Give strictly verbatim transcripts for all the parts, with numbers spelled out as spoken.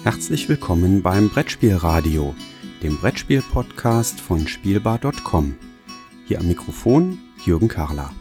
Herzlich willkommen beim Brettspielradio, dem Brettspiel-Podcast von Spielbar Punkt com. Hier am Mikrofon Jürgen Karler.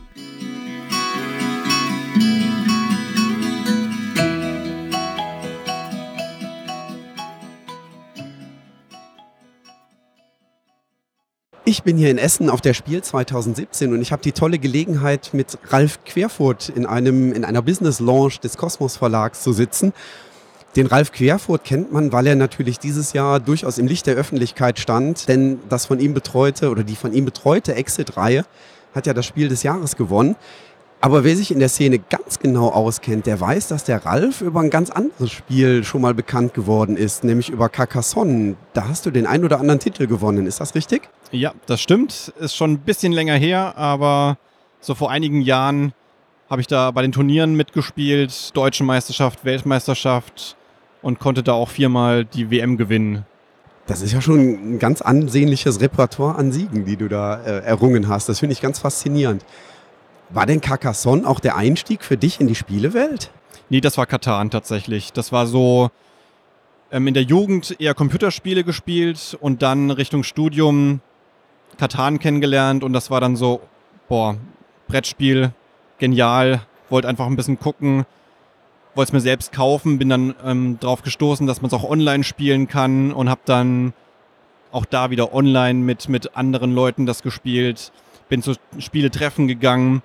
Ich bin hier in Essen auf der Spiel zwanzig siebzehn und ich habe die tolle Gelegenheit, mit Ralf Querfurt in, einem, in einer Business Lounge des Kosmos Verlags zu sitzen. Den Ralf Querfurt kennt man, weil er natürlich dieses Jahr durchaus im Licht der Öffentlichkeit stand, denn das von ihm betreute oder die von ihm betreute Exit-Reihe hat ja das Spiel des Jahres gewonnen. Aber wer sich in der Szene ganz genau auskennt, der weiß, dass der Ralf über ein ganz anderes Spiel schon mal bekannt geworden ist, nämlich über Carcassonne. Da hast du den ein oder anderen Titel gewonnen, ist das richtig? Ja, das stimmt. Ist schon ein bisschen länger her, aber so vor einigen Jahren habe ich da bei den Turnieren mitgespielt, Deutsche Meisterschaft, Weltmeisterschaft und konnte da auch viermal die W M gewinnen. Das ist ja schon ein ganz ansehnliches Repertoire an Siegen, die du da äh, errungen hast. Das finde ich ganz faszinierend. War denn Carcassonne auch der Einstieg für dich in die Spielewelt? Nee, das war Catan tatsächlich. Das war so ähm, in der Jugend eher Computerspiele gespielt und dann Richtung Studium Catan kennengelernt und das war dann so, boah, Brettspiel, genial, wollte einfach ein bisschen gucken, wollte es mir selbst kaufen, bin dann ähm, drauf gestoßen, dass man es auch online spielen kann und habe dann auch da wieder online mit, mit anderen Leuten das gespielt, bin zu Spieletreffen gegangen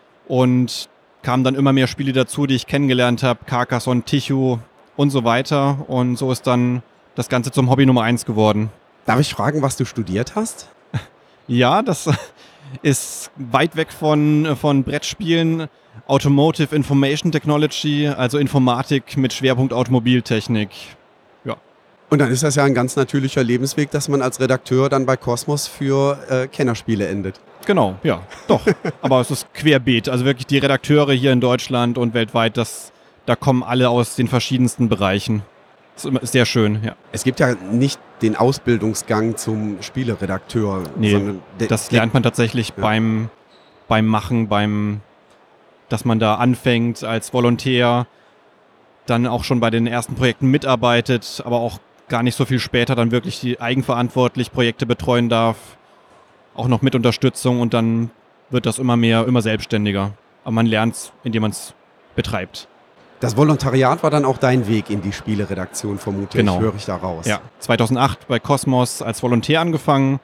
und kamen dann immer mehr Spiele dazu, die ich kennengelernt habe, Carcassonne, Tycho und so weiter und so ist dann das Ganze zum Hobby Nummer eins geworden. Darf ich fragen, was du studiert hast? Ja, das ist weit weg von, von Brettspielen, Automotive Information Technology, also Informatik mit Schwerpunkt Automobiltechnik. Ja. Und dann ist das ja ein ganz natürlicher Lebensweg, dass man als Redakteur dann bei Kosmos für äh, Kennerspiele endet. Genau, ja, doch. Aber es ist querbeet, also wirklich die Redakteure hier in Deutschland und weltweit, das, da kommen alle aus den verschiedensten Bereichen. Das ist immer sehr schön, ja. Es gibt ja nicht den Ausbildungsgang zum Spieleredakteur. Nee, sondern de- das lernt man tatsächlich ja. beim, beim Machen, beim, dass man da anfängt als Volontär, dann auch schon bei den ersten Projekten mitarbeitet, aber auch gar nicht so viel später dann wirklich die eigenverantwortlich Projekte betreuen darf, auch noch mit Unterstützung und dann wird das immer mehr, immer selbstständiger. Aber man lernt es, indem man es betreibt. Das Volontariat war dann auch dein Weg in die Spieleredaktion, vermute Genau. ich, höre ich da raus. Ja, zweitausendacht bei Kosmos als Volontär angefangen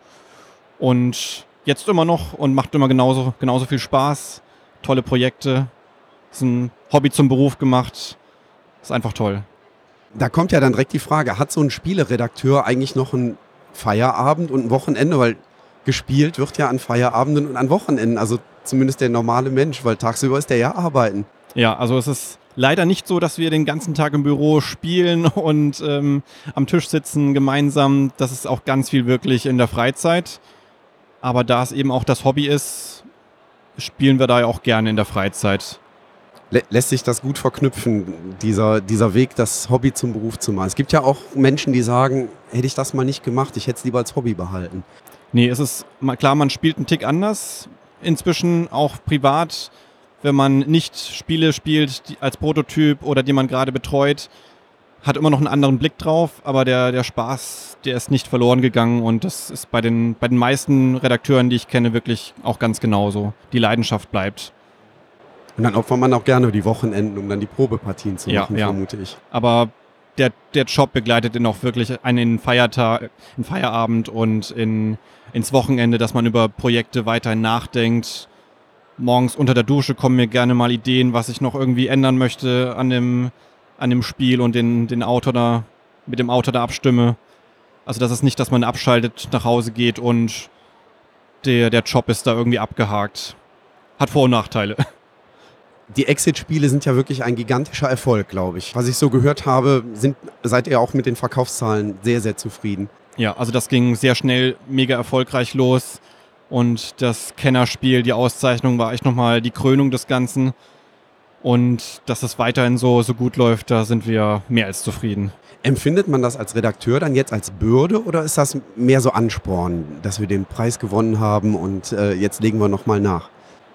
und jetzt immer noch und macht immer genauso, genauso viel Spaß. Tolle Projekte, ist ein Hobby zum Beruf gemacht, ist einfach toll. Da kommt ja dann direkt die Frage, hat so ein Spieleredakteur eigentlich noch einen Feierabend und ein Wochenende? Weil gespielt wird ja an Feierabenden und an Wochenenden, also zumindest der normale Mensch, weil tagsüber ist der ja arbeiten. Ja, also es ist leider nicht so, dass wir den ganzen Tag im Büro spielen und ähm, am Tisch sitzen gemeinsam. Das ist auch ganz viel wirklich in der Freizeit. Aber da es eben auch das Hobby ist, spielen wir da ja auch gerne in der Freizeit. Lä- lässt sich das gut verknüpfen, dieser, dieser Weg, das Hobby zum Beruf zu machen? Es gibt ja auch Menschen, die sagen, hätte ich das mal nicht gemacht, ich hätte es lieber als Hobby behalten. Nee, es ist klar, man spielt einen Tick anders. Inzwischen auch privat, wenn man nicht Spiele spielt die, als Prototyp oder die man gerade betreut, hat immer noch einen anderen Blick drauf, aber der, der Spaß, der ist nicht verloren gegangen und das ist bei den, bei den meisten Redakteuren, die ich kenne, wirklich auch ganz genauso. Die Leidenschaft bleibt. Und dann opfert man auch gerne die Wochenenden, um dann die Probepartien zu Ja, machen, ja. vermute ich. Aber der, der Job begleitet ihn auch wirklich einen in den Feiertag, in Feierabend und in, ins Wochenende, dass man über Projekte weiterhin nachdenkt. Morgens unter der Dusche kommen mir gerne mal Ideen, was ich noch irgendwie ändern möchte an dem, an dem Spiel und den, den Autor da, mit dem Autor da abstimme. Also das ist nicht, dass man abschaltet, nach Hause geht und der, der Job ist da irgendwie abgehakt. Hat Vor- und Nachteile. Die Exit-Spiele sind ja wirklich ein gigantischer Erfolg, glaube ich. Was ich so gehört habe, sind, seid ihr auch mit den Verkaufszahlen sehr, sehr zufrieden. Ja, also das ging sehr schnell, mega erfolgreich los. Und das Kennerspiel, die Auszeichnung war echt nochmal die Krönung des Ganzen. Und dass es weiterhin so, so gut läuft, da sind wir mehr als zufrieden. Empfindet man das als Redakteur dann jetzt als Bürde oder ist das mehr so Ansporn, dass wir den Preis gewonnen haben und äh, jetzt legen wir nochmal nach?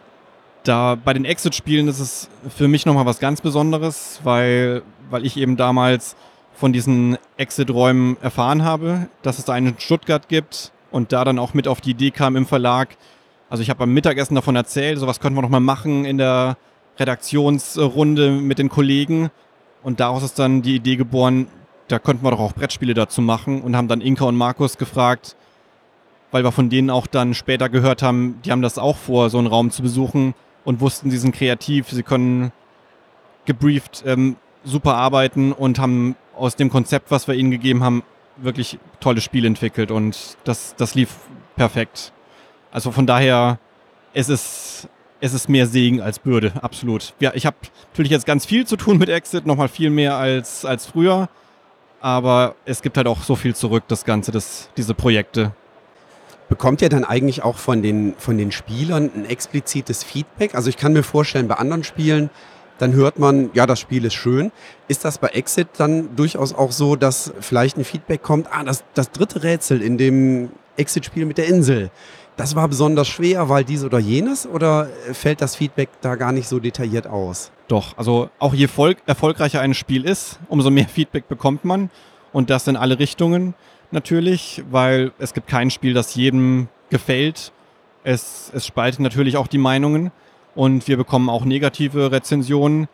Da bei den Exit-Spielen ist es für mich nochmal was ganz Besonderes, weil, weil ich eben damals von diesen Exit-Räumen erfahren habe, dass es da einen in Stuttgart gibt und da dann auch mit auf die Idee kam im Verlag. Also ich habe beim Mittagessen davon erzählt, sowas könnten wir noch mal machen in der Redaktionsrunde mit den Kollegen und daraus ist dann die Idee geboren, da könnten wir doch auch Brettspiele dazu machen und haben dann Inka und Markus gefragt, weil wir von denen auch dann später gehört haben, die haben das auch vor, so einen Raum zu besuchen und wussten, sie sind kreativ, sie können gebrieft ähm, super arbeiten und haben aus dem Konzept, was wir ihnen gegeben haben, wirklich tolle Spiele entwickelt und das, das lief perfekt. Also von daher, es ist, es ist mehr Segen als Bürde, absolut. Ja, ich habe natürlich jetzt ganz viel zu tun mit Exit, nochmal viel mehr als, als früher, aber es gibt halt auch so viel zurück, das Ganze, das, diese Projekte. Bekommt ihr dann eigentlich auch von den, von den Spielern ein explizites Feedback? Also ich kann mir vorstellen, bei anderen Spielen, dann hört man, ja, das Spiel ist schön. Ist das bei Exit dann durchaus auch so, dass vielleicht ein Feedback kommt, ah, das, das dritte Rätsel in dem Exit-Spiel mit der Insel, das war besonders schwer, weil dies oder jenes? Oder fällt das Feedback da gar nicht so detailliert aus? Doch, also auch je Volk, erfolgreicher ein Spiel ist, umso mehr Feedback bekommt man. Und das in alle Richtungen natürlich, weil es gibt kein Spiel, das jedem gefällt. Es, es spaltet natürlich auch die Meinungen. Und wir bekommen auch negative Rezensionen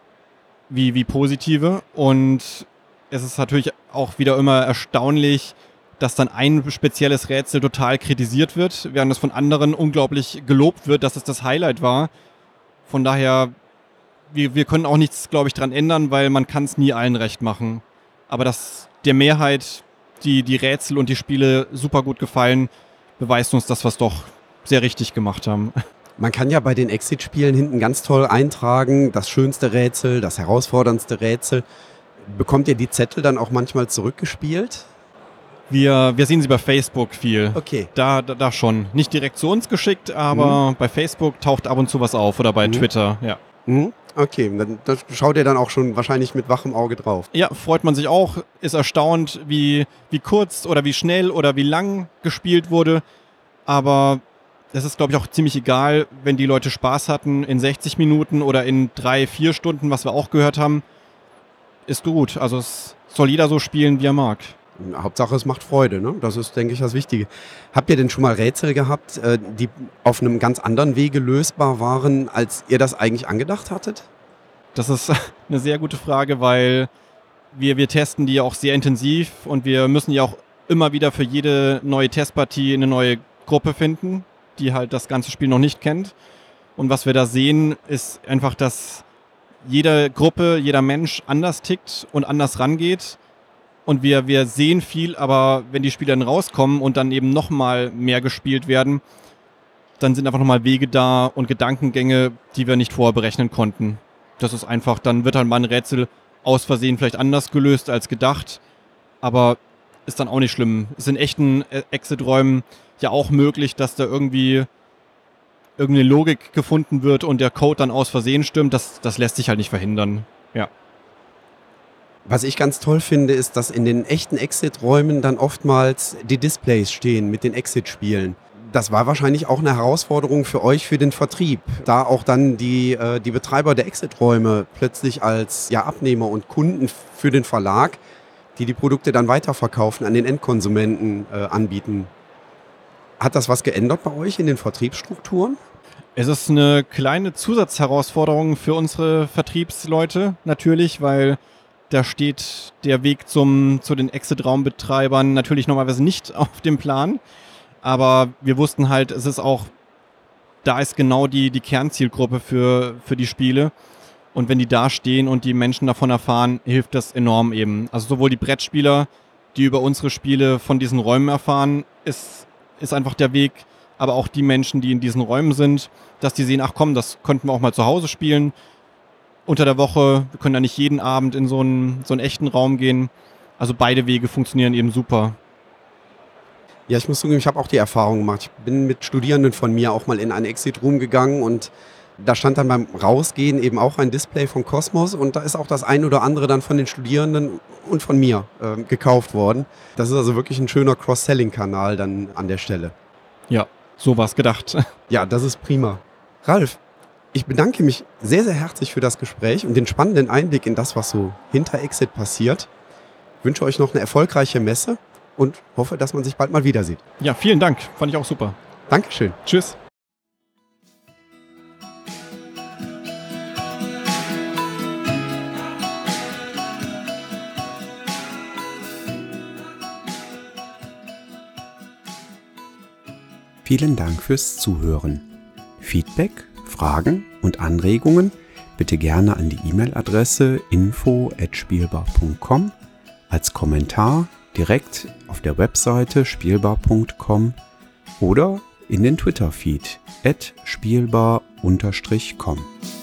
wie, wie positive. Und es ist natürlich auch wieder immer erstaunlich, dass dann ein spezielles Rätsel total kritisiert wird, während es von anderen unglaublich gelobt wird, dass es das Highlight war. Von daher, wir, wir können auch nichts, glaube ich, dran ändern, weil man kann es nie allen recht machen. Aber dass der Mehrheit die, die Rätsel und die Spiele super gut gefallen, beweist uns, dass wir es doch sehr richtig gemacht haben. Man kann ja bei den Exit-Spielen hinten ganz toll eintragen, das schönste Rätsel, das herausforderndste Rätsel. Bekommt ihr die Zettel dann auch manchmal zurückgespielt? Wir, wir sehen sie bei Facebook viel. Okay. Da, da, da schon. Nicht direkt zu uns geschickt, aber mhm. bei Facebook taucht ab und zu was auf oder bei mhm. Twitter, ja. Mhm. Okay, dann da schaut ihr dann auch schon wahrscheinlich mit wachem Auge drauf. Ja, freut man sich auch, ist erstaunt, wie, wie kurz oder wie schnell oder wie lang gespielt wurde. Aber es ist, glaube ich, auch ziemlich egal, wenn die Leute Spaß hatten in sechzig Minuten oder in drei, vier Stunden, was wir auch gehört haben, ist gut. Also es soll jeder so spielen, wie er mag. Hauptsache, es macht Freude, ne? Das ist, denke ich, das Wichtige. Habt ihr denn schon mal Rätsel gehabt, die auf einem ganz anderen Wege lösbar waren, als ihr das eigentlich angedacht hattet? Das ist eine sehr gute Frage, weil wir, wir testen die auch sehr intensiv und wir müssen ja auch immer wieder für jede neue Testpartie eine neue Gruppe finden, die halt das ganze Spiel noch nicht kennt. Und was wir da sehen, ist einfach, dass jede Gruppe, jeder Mensch anders tickt und anders rangeht. Und wir, wir sehen viel, aber wenn die Spiele dann rauskommen und dann eben nochmal mehr gespielt werden, dann sind einfach nochmal Wege da und Gedankengänge, die wir nicht vorher berechnen konnten. Das ist einfach, dann wird halt mal ein Rätsel aus Versehen vielleicht anders gelöst als gedacht, aber ist dann auch nicht schlimm. Es ist in echten Exit-Räumen ja auch möglich, dass da irgendwie irgendeine Logik gefunden wird und der Code dann aus Versehen stimmt. Das, das lässt sich halt nicht verhindern. Ja. Was ich ganz toll finde, ist, dass in den echten Exit-Räumen dann oftmals die Displays stehen mit den Exit-Spielen. Das war wahrscheinlich auch eine Herausforderung für euch, für den Vertrieb, da auch dann die, äh, die Betreiber der Exit-Räume plötzlich als ja, Abnehmer und Kunden für den Verlag, die die Produkte dann weiterverkaufen, an den Endkonsumenten äh, anbieten. Hat das was geändert bei euch in den Vertriebsstrukturen? Es ist eine kleine Zusatzherausforderung für unsere Vertriebsleute natürlich, weil da steht der Weg zum, zu den Exit-Raumbetreibern natürlich normalerweise nicht auf dem Plan. Aber wir wussten halt, es ist auch, da ist genau die, die Kernzielgruppe für, für die Spiele. Und wenn die da stehen und die Menschen davon erfahren, hilft das enorm eben. Also sowohl die Brettspieler, die über unsere Spiele von diesen Räumen erfahren, ist, ist einfach der Weg. Aber auch die Menschen, die in diesen Räumen sind, dass die sehen, ach komm, das könnten wir auch mal zu Hause spielen. Unter der Woche, wir können ja nicht jeden Abend in so einen, so einen echten Raum gehen. Also beide Wege funktionieren eben super. Ja, ich muss zugeben, ich habe auch die Erfahrung gemacht. Ich bin mit Studierenden von mir auch mal in einen Exit-Room gegangen und da stand dann beim Rausgehen eben auch ein Display von Kosmos und da ist auch das ein oder andere dann von den Studierenden und von mir äh, gekauft worden. Das ist also wirklich ein schöner Cross-Selling-Kanal dann an der Stelle. Ja, so war's gedacht. Ja, das ist prima. Ralf, ich bedanke mich sehr, sehr herzlich für das Gespräch und den spannenden Einblick in das, was so hinter Exit passiert. wünsche euch noch eine erfolgreiche Messe und hoffe, dass man sich bald mal wieder sieht. Ja, vielen Dank. Fand ich auch super. Dankeschön. Tschüss. Vielen Dank fürs Zuhören. Feedback, Fragen und Anregungen bitte gerne an die E-Mail-Adresse info at spielbar punkt com, als Kommentar direkt auf der Webseite spielbar punkt com oder in den Twitter-Feed at spielbar Bindestrich com.